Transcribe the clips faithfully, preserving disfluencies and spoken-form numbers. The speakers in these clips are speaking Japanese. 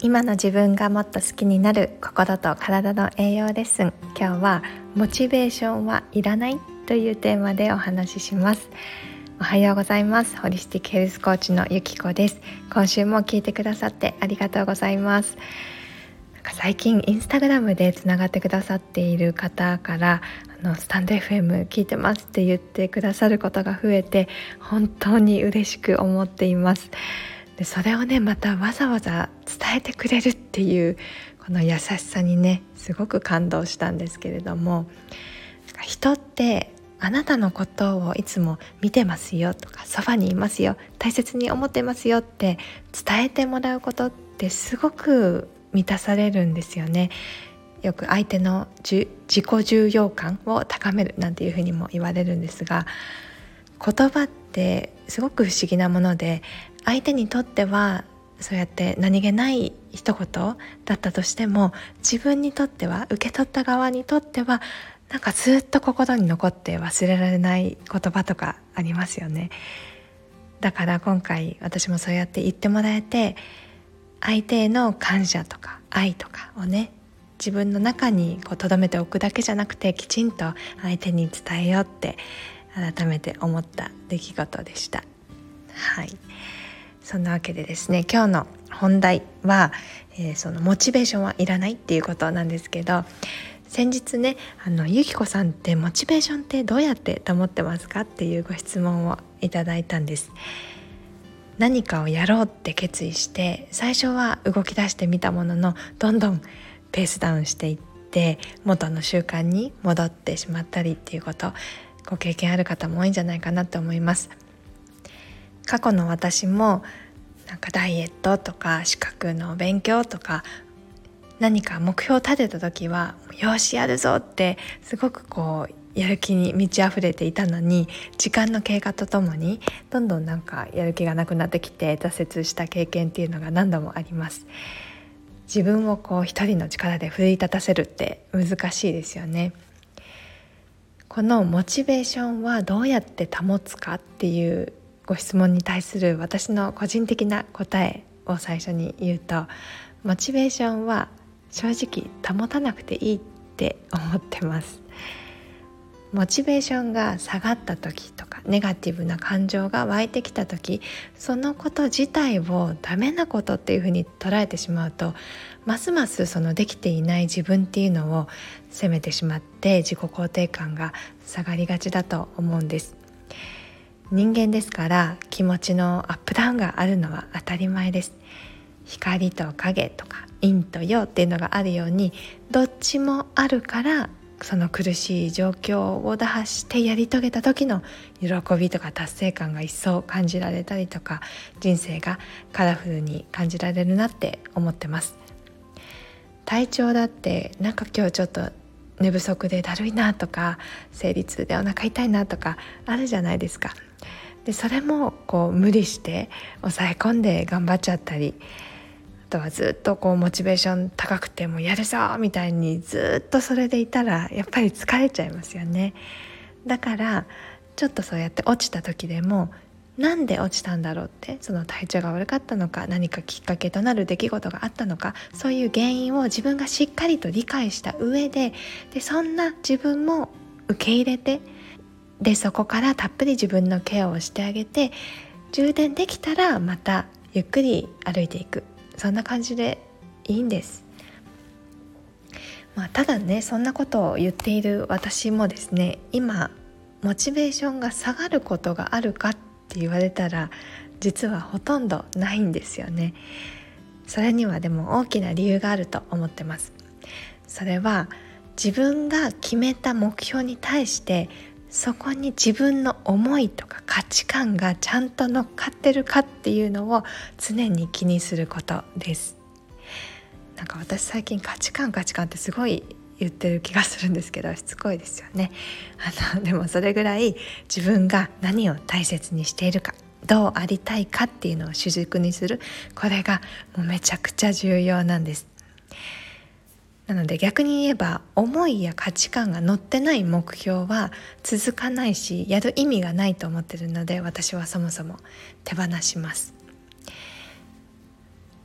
今の自分がもっと好きになる心と体の栄養レッスン。今日はモチベーションはいらないというテーマでお話しします。おはようございます。ホリスティックヘルスコーチのゆきこです。今週も聞いてくださってありがとうございます。なんか最近インスタグラムでつながってくださっている方からあのスタンド エフエム 聞いてますって言ってくださることが増えて本当に嬉しく思っています。でそれをねまたわざわざ伝えてくれるっていうこの優しさにねすごく感動したんですけれども、人ってあなたのことをいつも見てますよとかそばにいますよ、大切に思ってますよって伝えてもらうことってすごく満たされるんですよね。よく相手の自己重要感を高めるなんていうふうにも言われるんですが、言葉ってすごく不思議なもので、相手にとってはそうやって何気ない一言だったとしても、自分にとっては、受け取った側にとってはなんかずっと心に残って忘れられない言葉とかありますよね。だから今回私もそうやって言ってもらえて、相手への感謝とか愛とかをね自分の中にこう留めておくだけじゃなくて、きちんと相手に伝えようって改めて思った出来事でした。はい、そんなわけでですね、今日の本題は、えー、そのモチベーションはいらないっていうことなんですけど、先日ねあのゆきこさんってモチベーションってどうやって保ってますかっていうご質問をいただいたんです。何かをやろうって決意して最初は動き出してみたものの、どんどんペースダウンしていって元の習慣に戻ってしまったりっていうこと、ご経験ある方も多いんじゃないかなと思います。過去の私もなんかダイエットとか資格の勉強とか何か目標を立てた時はよしやるぞってすごくこうやる気に満ち溢れていたのに、時間の経過とともにどんどんなんかやる気がなくなってきて挫折した経験っていうのが何度もあります。自分をこう一人の力で奮い立たせるって難しいですよね。このモチベーションはどうやって保つかっていうご質問に対する私の個人的な答えを最初に言うと、モチベーションは正直保たなくていいって思ってます。モチベーションが下がった時とかネガティブな感情が湧いてきた時、そのこと自体をダメなことっていうふうに捉えてしまうと、ますますそのできていない自分っていうのを責めてしまって自己肯定感が下がりがちだと思うんです。人間ですから気持ちのアップダウンがあるのは当たり前です。光と影とか陰と陽っていうのがあるように、どっちもあるからその苦しい状況を打破してやり遂げた時の喜びとか達成感が一層感じられたりとか、人生がカラフルに感じられるなって思ってます。体調だってなんか今日ちょっと寝不足でだるいなとか、生理痛でお腹痛いなとかあるじゃないですか。でそれもこう無理して抑え込んで頑張っちゃったり、あとはずっとこうモチベーション高くてもやるぞみたいにずっとそれでいたらやっぱり疲れちゃいますよね。だからちょっとそうやって落ちた時でも、なんで落ちたんだろうって、その体調が悪かったのか、何かきっかけとなる出来事があったのか、そういう原因を自分がしっかりと理解した上で、でそんな自分も受け入れて、でそこからたっぷり自分のケアをしてあげて、充電できたらまたゆっくり歩いていく、そんな感じでいいんです。まあ、ただねそんなことを言っている私もですね、今モチベーションが下がることがあるかって言われたら実はほとんどないんですよね。それにはでも大きな理由があると思ってます。それは自分が決めた目標に対してそこに自分の思いとか価値観がちゃんと乗っかってるかっていうのを常に気にすることです。なんか私最近価値観価値観ってすごい言ってる気がするんですけど、しつこいですよね。あのでもそれぐらい自分が何を大切にしているか、どうありたいかっていうのを主軸にする、これがもうめちゃくちゃ重要なんです。なので逆に言えば、思いや価値観が乗ってない目標は続かないし、やる意味がないと思っているので、私はそもそも手放します。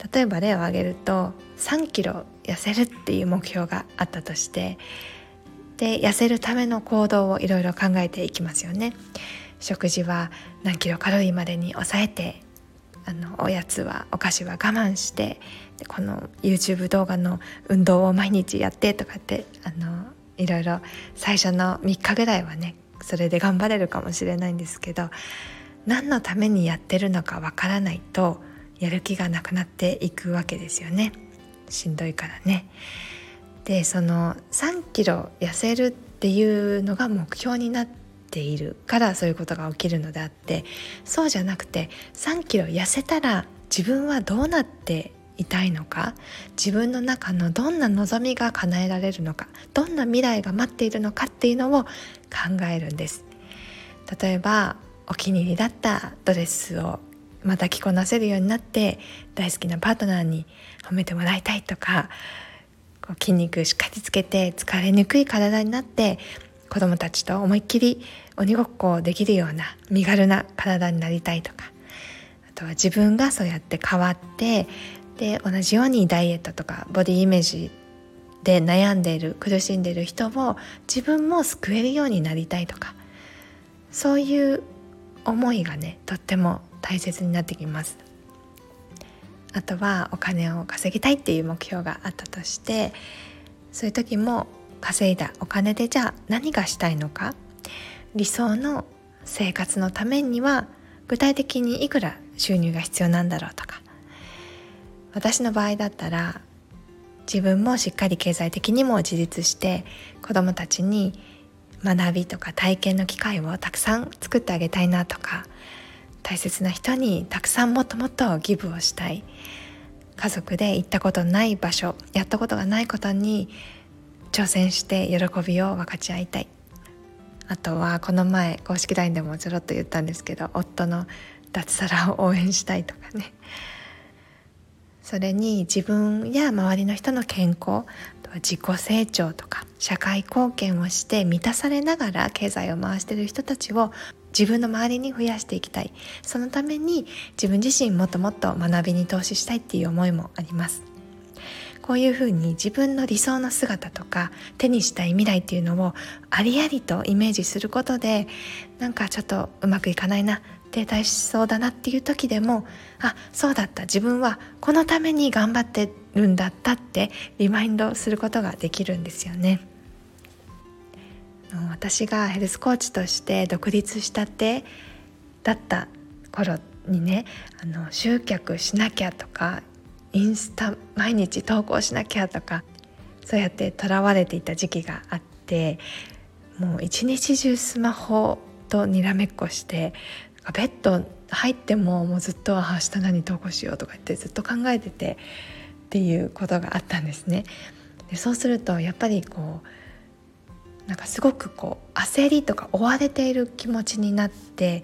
例えば例を挙げるとさんキロ痩せるっていう目標があったとして、で痩せるための行動をいろいろ考えていきますよね。食事は何キロカロリーまでに抑えて、あのおやつはお菓子は我慢して、でこの YouTube 動画の運動を毎日やってとかって、あのいろいろ最初のみっかぐらいはねそれで頑張れるかもしれないんですけど、何のためにやってるのかわからないとやる気がなくなっていくわけですよね。しんどいからね。でそのさんキロ痩せるっていうのが目標になっているからそういうことが起きるのであって、そうじゃなくてさんキロ痩せたら自分はどうなっていたいのか、自分の中のどんな望みが叶えられるのか、どんな未来が待っているのかっていうのを考えるんです。例えばお気に入りだったドレスをまた着こなせるようになって大好きなパートナーに褒めてもらいたいとか、こう筋肉しっかりつけて疲れにくい体になって子供たちと思いっきり鬼ごっこできるような身軽な体になりたいとか、あとは自分がそうやって変わって、で同じようにダイエットとかボディイメージで悩んでいる苦しんでいる人を自分も救えるようになりたいとか、そういう思いがねとっても大切になってきます。あとはお金を稼ぎたいっていう目標があったとして、そういう時も稼いだお金でじゃあ何がしたいのか、理想の生活のためには具体的にいくら収入が必要なんだろうとか、私の場合だったら自分もしっかり経済的にも自立して子どもたちに学びとか体験の機会をたくさん作ってあげたいなとか、大切な人にたくさんもっともっとギブをしたい、家族で行ったことない場所、やったことがないことに挑戦して喜びを分かち合いたい。あとはこの前公式 ライン でもちょろっと言ったんですけど、夫の脱サラを応援したいとかね。それに自分や周りの人の健康、あとは自己成長とか社会貢献をして満たされながら経済を回している人たちを自分の周りに増やしていきたい。そのために自分自身もっともっと学びに投資したいっていう思いもあります。こういうふうに自分の理想の姿とか手にしたい未来っていうのをありありとイメージすることで、なんかちょっとうまくいかないな、停滞しそうだなっていう時でも、あ、そうだった、自分はこのために頑張ってるんだったってリマインドすることができるんですよね。私がヘルスコーチとして独立したてだった頃にね、あの集客しなきゃとかインスタ毎日投稿しなきゃとか、そうやってとらわれていた時期があって、もう一日中スマホとにらめっこして、ベッド入ってももうずっと明日何投稿しようとか言ってずっと考えててっていうことがあったんですね。でそうするとやっぱりこうなんかすごくこう焦りとか追われている気持ちになって、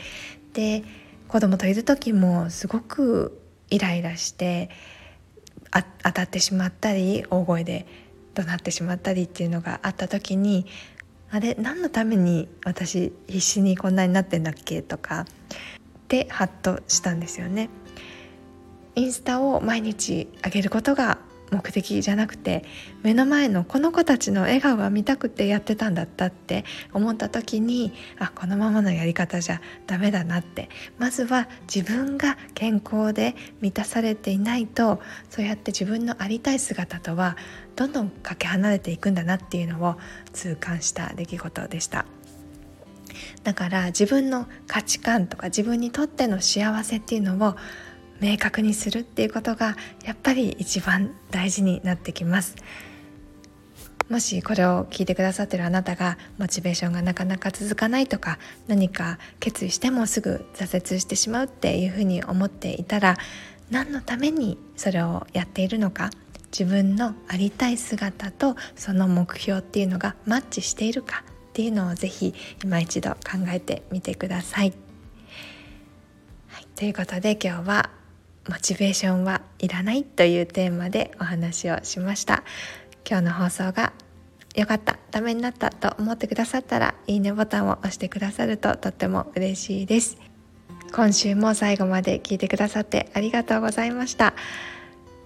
で子供といる時もすごくイライラしてあ当たってしまったり大声で怒鳴ってしまったりっていうのがあった時に、あれ何のために私必死にこんなになってんだっけとかでハッとしたんですよね。インスタを毎日上げることが目的じゃなくて、目の前のこの子たちの笑顔が見たくてやってたんだったって思った時に、あ、このままのやり方じゃダメだなって、まずは自分が健康で満たされていないと、そうやって自分のありたい姿とはどんどんかけ離れていくんだなっていうのを痛感した出来事でした。だから自分の価値観とか自分にとっての幸せっていうのを明確にするっていうことがやっぱり一番大事になってきます。もしこれを聞いてくださっているあなたがモチベーションがなかなか続かないとか、何か決意してもすぐ挫折してしまうっていうふうに思っていたら、何のためにそれをやっているのか、自分のありたい姿とその目標っていうのがマッチしているかっていうのをぜひ今一度考えてみてください。はい、ということで今日はモチベーションはいらないというテーマでお話をしました。今日の放送が良かった、ためになったと思ってくださったらいいねボタンを押してくださるととっても嬉しいです。今週も最後まで聞いてくださってありがとうございました。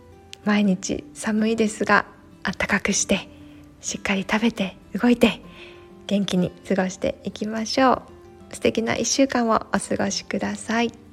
毎日寒いですが暖かくして、しっかり食べて動いて元気に過ごしていきましょう。素敵ないっしゅうかんをお過ごしください。